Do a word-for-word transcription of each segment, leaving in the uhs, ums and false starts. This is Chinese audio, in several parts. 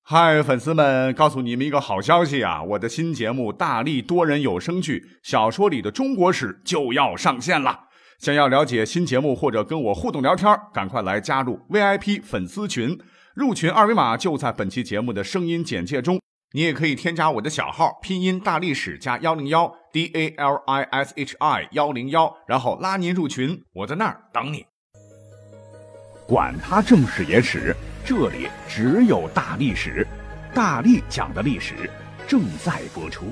嗨，粉丝们，告诉你们一个好消息啊！我的新节目《大力多人有声剧小说里的中国史》就要上线了。想要了解新节目或者跟我互动聊天，赶快来加入 V I P 粉丝群，入群二维码就在本期节目的声音简介中。你也可以添加我的小号，拼音大历史加一零一 D A L I S H I 一零一，然后拉您入群，我在那儿等你。 管他正史野史，这里只有大历史，大力讲的历史正在播出。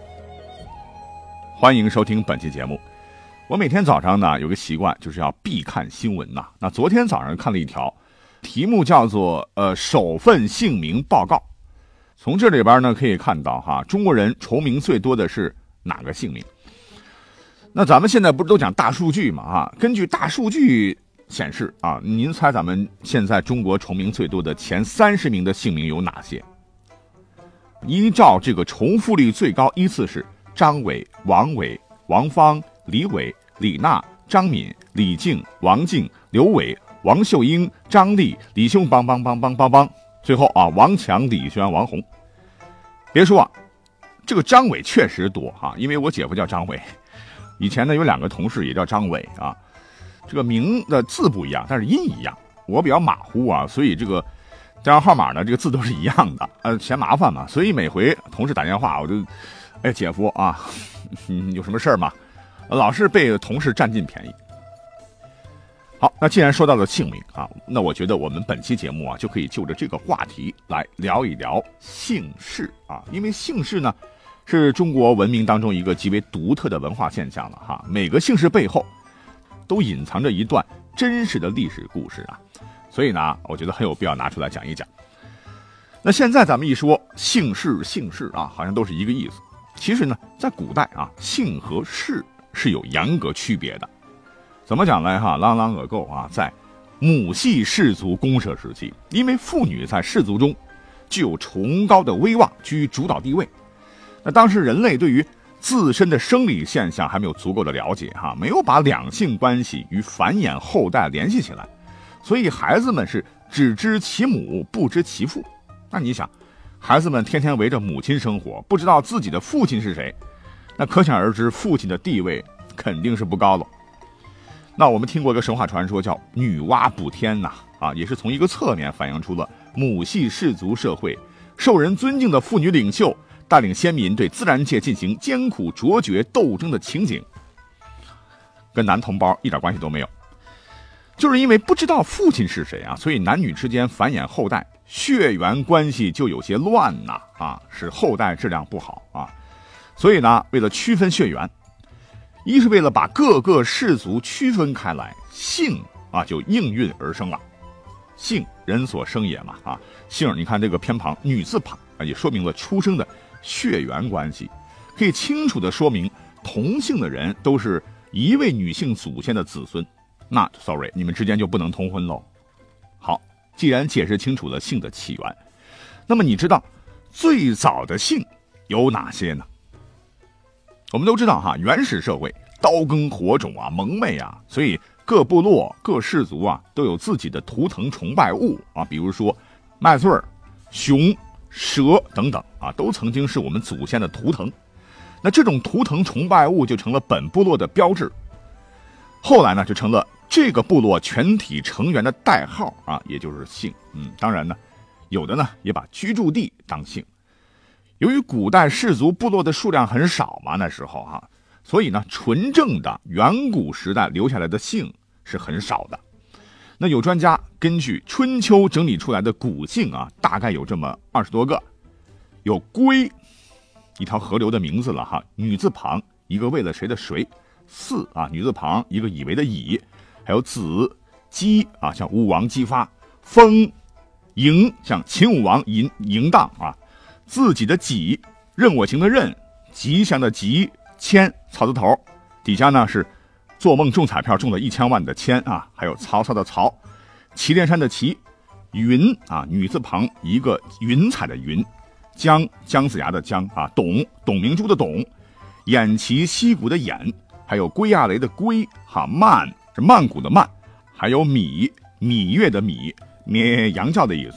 欢迎收听本期节目。我每天早上呢有个习惯，就是要必看新闻呐。那昨天早上看了一条，题目叫做呃首份姓名报告。从这里边呢可以看到哈，中国人重名最多的是哪个姓名？那咱们现在不是都讲大数据嘛哈？根据大数据显示啊，您猜咱们现在中国重名最多的前三十名的姓名有哪些？依照这个重复率最高依次是张伟、王伟、王芳、李伟、李娜、张敏、李静、王静、刘伟、王秀英、张丽、李兄邦邦邦邦邦邦，最后啊，王强、李轩、王红。别说啊，这个张伟确实多哈、啊，因为我姐夫叫张伟，以前呢有两个同事也叫张伟啊。这个名的字不一样，但是音一样。我比较马虎啊，所以这个电话号码呢，这个字都是一样的，呃，嫌麻烦嘛。所以每回同事打电话，我就，哎，姐夫啊，嗯、有什么事儿吗？老是被同事占尽便宜。好，那既然说到了姓名啊，那我觉得我们本期节目啊，就可以就着这个话题来聊一聊姓氏啊，因为姓氏呢，是中国文明当中一个极为独特的文化现象了哈。每个姓氏背后都隐藏着一段真实的历史故事啊，所以呢，我觉得很有必要拿出来讲一讲。那现在咱们一说姓氏，姓氏啊，好像都是一个意思。其实呢，在古代啊，姓和氏是有严格区别的。怎么讲来哈？朗朗尔购啊，在母系氏族公社时期，因为妇女在氏族中具有崇高的威望，居主导地位。那当时人类对于自身的生理现象还没有足够的了解哈，没有把两性关系与繁衍后代联系起来，所以孩子们是只知其母不知其父。那你想，孩子们天天围着母亲生活，不知道自己的父亲是谁，那可想而知父亲的地位肯定是不高了。那我们听过一个神话传说叫女娲补天呐，啊，也是从一个侧面反映出了母系氏族社会受人尊敬的妇女领袖带领先民对自然界进行艰苦卓绝斗争的情景，跟男同胞一点关系都没有。就是因为不知道父亲是谁啊，所以男女之间繁衍后代，血缘关系就有些乱呐，啊，使后代质量不好啊。所以呢，为了区分血缘，一是为了把各个氏族区分开来，姓啊就应运而生了。姓人所生也嘛啊，姓你看这个偏旁女字旁啊，也说明了出生的血缘关系，可以清楚地说明同姓的人都是一位女性祖先的子孙。那 sorry， 你们之间就不能通婚喽。好，既然解释清楚了姓的起源，那么你知道最早的姓有哪些呢？我们都知道哈，原始社会刀耕火种啊，蒙昧啊，所以各部落各氏族啊都有自己的图腾崇拜物啊，比如说麦穗儿、熊、蛇等等啊，都曾经是我们祖先的图腾。那这种图腾崇拜物就成了本部落的标志，后来呢就成了这个部落全体成员的代号啊，也就是姓。嗯，当然呢，有的呢也把居住地当姓。由于古代氏族部落的数量很少嘛，那时候哈、啊，所以呢，纯正的远古时代留下来的姓是很少的。那有专家根据春秋整理出来的古姓啊，大概有这么二十多个，有归，一条河流的名字了哈，女字旁一个为了谁的谁，巳啊，女字旁一个以为的以，还有子、姬啊，像武王姬发，封、嬴像秦武王嬴嬴荡啊，自己的己，任我行的任，吉祥的吉，谦草字头，底下呢是做梦中彩票中了一千万的千啊，还有曹操的曹，祁连山的祁，云啊，女字旁一个云彩的云，姜姜子牙的姜啊，董董明珠的董，偃旗息鼓的偃，还有归亚雷的归哈，曼是曼谷的曼，还有芈芈月的芈，咩羊叫的意思，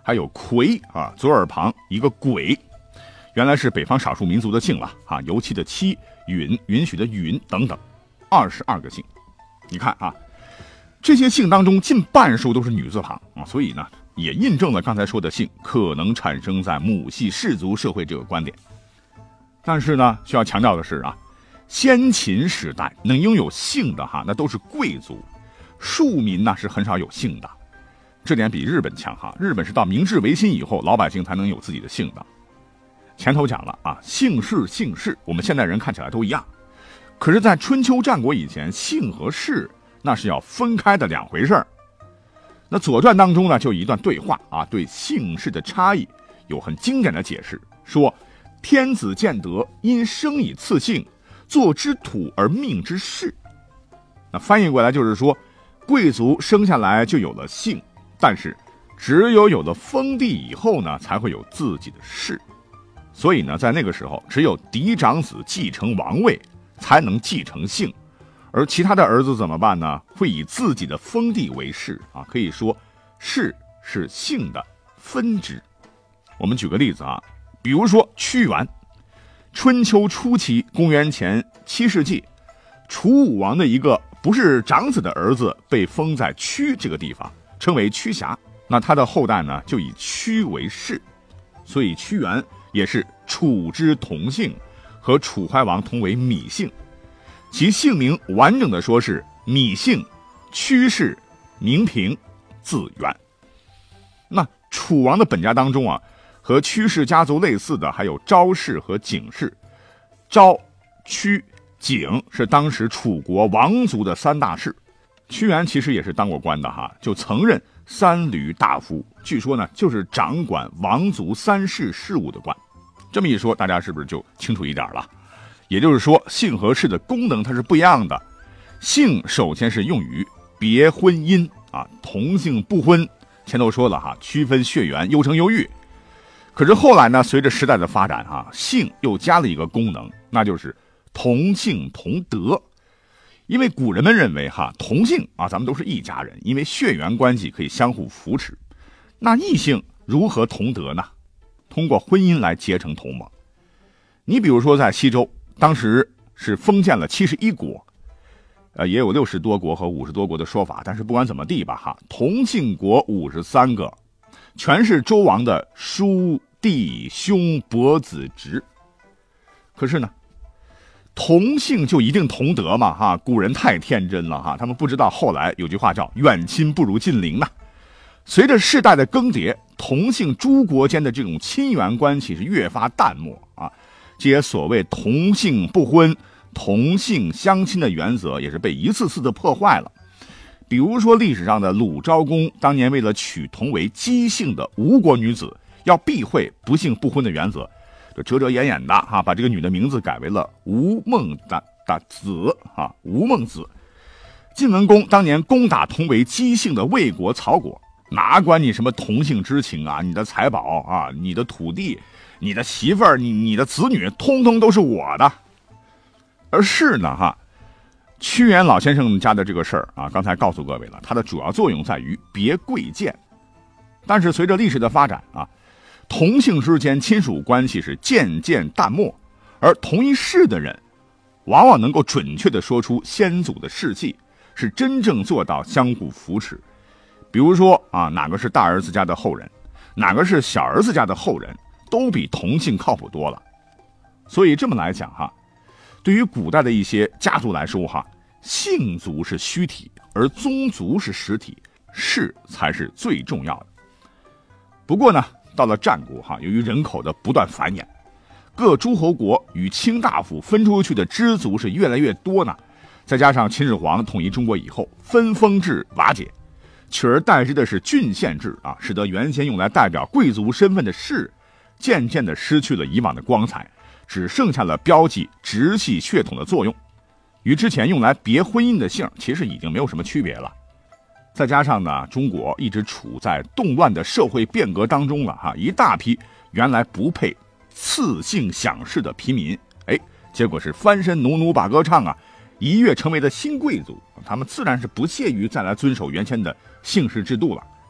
还有魁啊，左耳旁一个鬼，原来是北方少数民族的姓了啊，油漆的漆，允允许的允等等，二十二个姓。你看啊，这些姓当中近半数都是女字旁啊，所以呢，也印证了刚才说的姓可能产生在母系氏族社会这个观点。但是呢，需要强调的是啊，先秦时代能拥有姓的哈，那都是贵族，庶民呢是很少有姓的。这点比日本强哈，日本是到明治维新以后，老百姓才能有自己的姓的。前头讲了啊，姓氏姓氏，我们现代人看起来都一样，可是，在春秋战国以前，姓和氏那是要分开的两回事儿。那《左传》当中呢，就有一段对话啊，对姓氏的差异有很经典的解释，说天子建德，因生以次姓，作之土而命之氏。那翻译过来就是说，贵族生下来就有了姓，但是只有有了封地以后呢，才会有自己的氏。所以呢，在那个时候，只有嫡长子继承王位，才能继承姓，而其他的儿子怎么办呢？会以自己的封地为氏啊，可以说氏是姓的分支。我们举个例子啊，比如说屈原，春秋初期，公元前七世纪，楚武王的一个不是长子的儿子被封在曲这个地方，称为屈瑕，那他的后代呢就以屈为氏，所以屈原也是楚之同姓，和楚怀王同为芈姓，其姓名完整的说是芈姓屈氏名平字元。那楚王的本家当中啊，和屈氏家族类似的还有昭氏和景氏。昭、屈、景是当时楚国王族的三大氏。屈原其实也是当过官的哈，就曾任三闾大夫，据说呢就是掌管王族三世事务的官。这么一说，大家是不是就清楚一点了？也就是说，姓和氏的功能它是不一样的。姓首先是用于别婚姻啊，同姓不婚，前头说了哈，区分血缘，优生优育。可是后来呢，随着时代的发展啊，姓又加了一个功能，那就是同姓同德。因为古人们认为哈，同姓啊，咱们都是一家人，因为血缘关系可以相互扶持。那异姓如何同德呢？通过婚姻来结成同盟。你比如说在西周，当时是封建了七十一国，呃，也有六十多国和五十多国的说法，但是不管怎么地吧哈，同姓国五十三个，全是周王的叔弟兄伯子侄。可是呢，同姓就一定同德嘛哈？古人太天真了哈，他们不知道后来有句话叫远亲不如近邻呐。随着世代的更迭，同姓诸国间的这种亲缘关系是越发淡漠啊，这些所谓同姓不婚、同姓相亲的原则也是被一次次的破坏了。比如说历史上的鲁昭公当年为了娶同为姬姓的吴国女子，要避讳不姓不婚的原则，就遮遮掩掩的哈、啊，把这个女的名字改为了吴孟的的子啊，吴孟子。晋文公当年攻打同为姬姓的魏国曹国，哪管你什么同姓之情啊，你的财宝啊，你的土地，你的媳妇儿，你你的子女，通通都是我的。而是呢哈，屈原老先生家的这个事儿啊，刚才告诉各位了，它的主要作用在于别贵贱。但是随着历史的发展啊，同姓之间亲属关系是渐渐淡漠，而同一氏的人往往能够准确地说出先祖的事迹，是真正做到相互扶持。比如说啊，哪个是大儿子家的后人，哪个是小儿子家的后人，都比同姓靠谱多了。所以这么来讲哈，对于古代的一些家族来说哈，姓族是虚体，而宗族是实体，氏才是最重要的。不过呢，到了战国哈，由于人口的不断繁衍，各诸侯国与卿大夫分出去的支族是越来越多呢，再加上秦始皇统一中国以后，分封制瓦解，取而代之的是郡县制啊，使得原先用来代表贵族身份的氏，渐渐的失去了以往的光彩，只剩下了标记直系血统的作用，与之前用来别婚姻的姓其实已经没有什么区别了。再加上呢，中国一直处在动乱的社会变革当中了哈，一大批原来不配次姓享世的平民，哎，结果是翻身农奴把歌唱啊，一跃成为了新贵族，他们自然是不屑于再来遵守原先的姓氏制度了。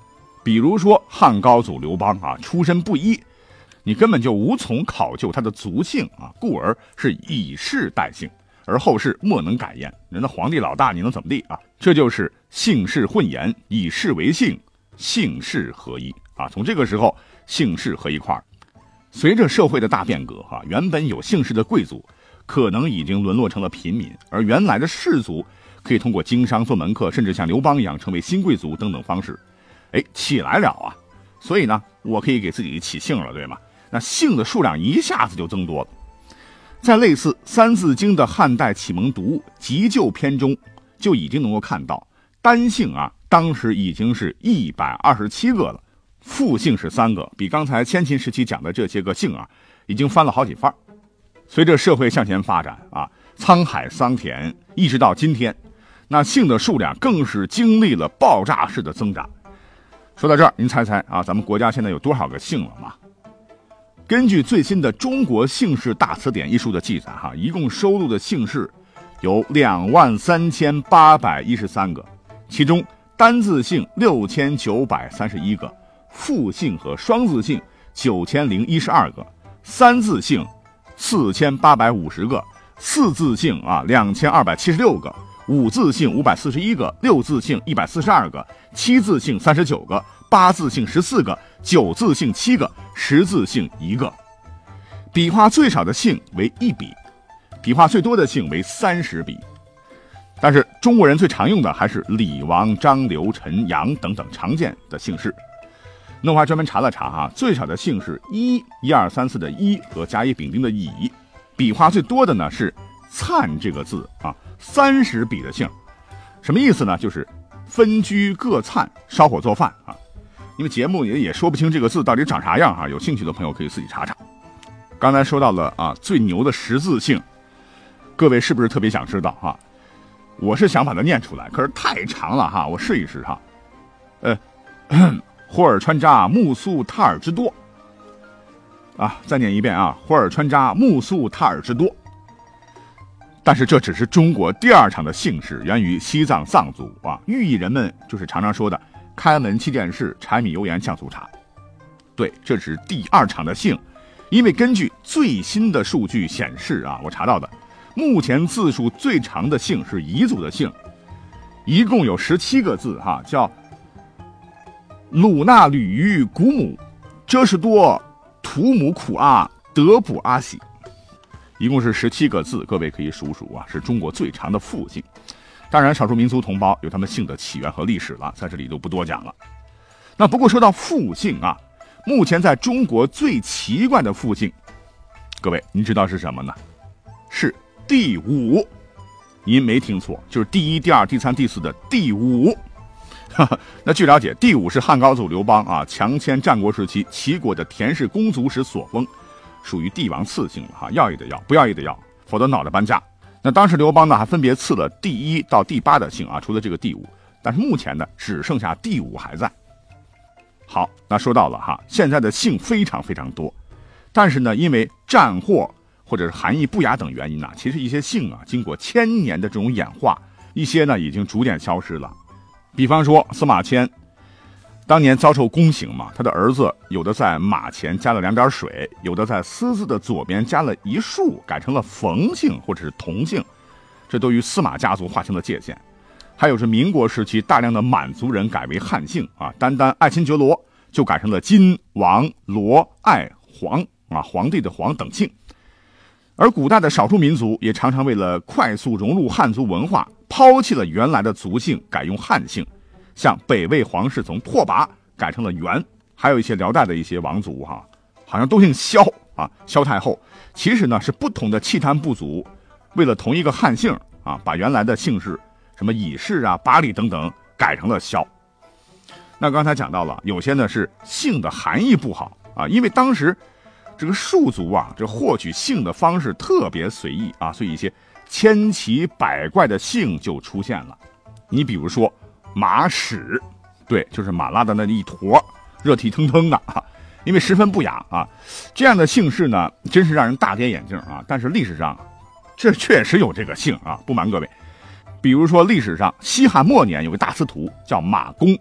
比如说汉高祖刘邦啊，出身不一，你根本就无从考究他的族姓啊，故而是以世代姓，而后世莫能改焉。人的皇帝老大，你能怎么地啊？这就是姓氏混言，以世为姓，姓氏合一啊。从这个时候，姓氏合一块儿。随着社会的大变革哈、啊，原本有姓氏的贵族可能已经沦落成了平民，而原来的士族可以通过经商做门客，甚至像刘邦一样成为新贵族等等方式，哎，起来了啊！所以呢，我可以给自己起姓了，对吗？那姓的数量一下子就增多了。在类似《三字经》的汉代启蒙读物《急救篇》中，就已经能够看到单姓啊，当时已经是一百二十七个了，复姓是三个，比刚才先秦时期讲的这些个姓啊，已经翻了好几番。随着社会向前发展啊，沧海桑田，一直到今天，那姓的数量更是经历了爆炸式的增长。说到这儿，您猜猜啊，咱们国家现在有多少个姓了吗？根据最新的《中国姓氏大词典》一书的记载哈，一共收录的姓氏有两万三千八百一十三个，其中单字姓六千九百三十一个，复姓和双字姓九千零一十二个，三字姓四千八百五十个，四字姓啊两千二百七十六个，五字姓五百四十一个，六字姓一百四十二个，七字姓三十九个，八字姓十四个，九字姓七个，十字姓一个。笔画最少的姓为一笔，笔画最多的姓为三十笔。但是中国人最常用的还是李、王、张、刘、陈、杨等等常见的姓氏。那我还专门查了查哈、啊，最少的姓是一一二三四的一和甲乙丙丁的乙，笔画最多的呢是灿这个字啊，三十笔的姓。什么意思呢？就是分居各灿，烧火做饭啊。因为节目也也说不清这个字到底长啥样啊，有兴趣的朋友可以自己查查。刚才说到了啊，最牛的十字姓，各位是不是特别想知道哈？我是想把它念出来，可是太长了哈，我试一试哈。呃，霍尔川扎木素塔尔之多啊，再念一遍啊，霍尔川扎木素塔尔之多。但是这只是中国第二长的姓氏，源于西藏藏族啊，寓意人们就是常常说的开门七件事，柴米油盐酱醋茶。对，这是第二长的姓，因为根据最新的数据显示啊，我查到的，目前字数最长的姓是彝族的姓，一共有十七个字哈，叫鲁纳吕于古姆遮士多图姆苦阿德卜阿喜，一共是十七个字，各位可以数数啊，是中国最长的复姓。当然少数民族同胞有他们姓的起源和历史了，在这里就不多讲了。那不过说到复姓啊，目前在中国最奇怪的复姓，各位您知道是什么呢？是第五。您没听错，就是第一、第二、第三、第四的第五。那据了解，第五是汉高祖刘邦啊强迁战国时期齐国的田氏公族时所封，属于帝王赐姓了哈，要也得要，不要也得要，否则脑袋搬家。那当时刘邦呢还分别赐了第一到第八的姓啊，除了这个第五，但是目前呢只剩下第五还在。好，那说到了哈，现在的姓非常非常多，但是呢因为战祸或者是含义不雅等原因呢，其实一些姓啊经过千年的这种演化，一些呢已经逐渐消失了。比方说司马迁当年遭受宫刑嘛，他的儿子有的在马前加了两点水，有的在思字的左边加了一竖，改成了冯姓或者是同姓，这都与司马家族划清了界限。还有是民国时期大量的满族人改为汉姓啊，单单爱新觉罗就改成了金、王、罗、爱、黄啊，皇帝的皇等姓。而古代的少数民族也常常为了快速融入汉族文化，抛弃了原来的族姓，改用汉姓。像北魏皇室从拓跋改成了元，还有一些辽代的一些王族哈，好像都姓萧啊，萧太后。其实呢是不同的契丹部族为了同一个汉姓啊，把原来的姓氏什么乙氏啊、巴里等等改成了萧。那刚才讲到了，有些呢是姓的含义不好啊，因为当时这个庶族啊，这获取姓的方式特别随意啊，所以一些千奇百怪的姓就出现了。你比如说马屎，对，就是马拉的那一坨，热气腾腾的啊，因为十分不雅啊。这样的姓氏呢，真是让人大跌眼镜啊。但是历史上，这确实有这个姓啊，不瞒各位。比如说历史上西汉末年有个大司徒叫马公，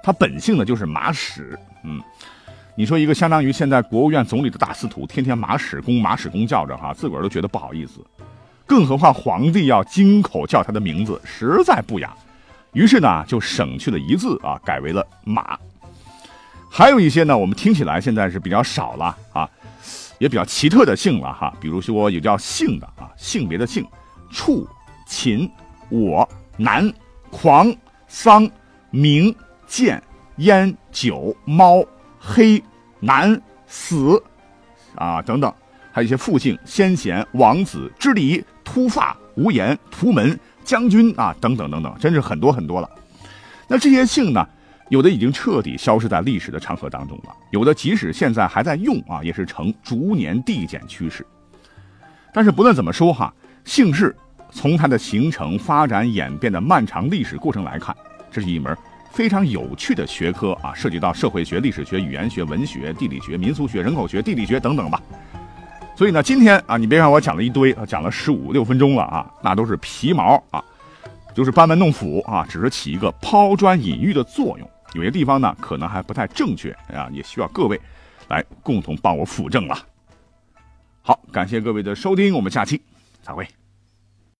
它本性呢就是马屎。嗯，你说一个相当于现在国务院总理的大司徒，天天马屎公马屎公叫着哈，自个儿都觉得不好意思，更何况皇帝要金口叫他的名字，实在不雅。于是呢，就省去了一字啊，改为了马。还有一些呢，我们听起来现在是比较少了啊，也比较奇特的姓了哈，比如说有叫姓的啊，性别的姓，畜、禽、我、男、狂、桑、明、剑、烟、酒、猫、黑、男、死啊等等，还有一些复姓，先贤、王子、支离、秃发、无言、图门、将军啊等等等等，真是很多很多了。那这些姓呢，有的已经彻底消失在历史的长河当中了，有的即使现在还在用啊，也是呈逐年递减趋势。但是不论怎么说哈，姓氏从它的形成、发展、演变的漫长历史过程来看，这是一门非常有趣的学科啊，涉及到社会学、历史学、语言学、文学、地理学、民俗学、人口学、地理学等等吧。所以呢，今天啊，你别看我讲了一堆，讲了十五六分钟了啊，那都是皮毛啊，就是班门弄斧啊，只是起一个抛砖引玉的作用。有些地方呢，可能还不太正确啊，也需要各位来共同帮我辅正了。好，感谢各位的收听，我们下期再会。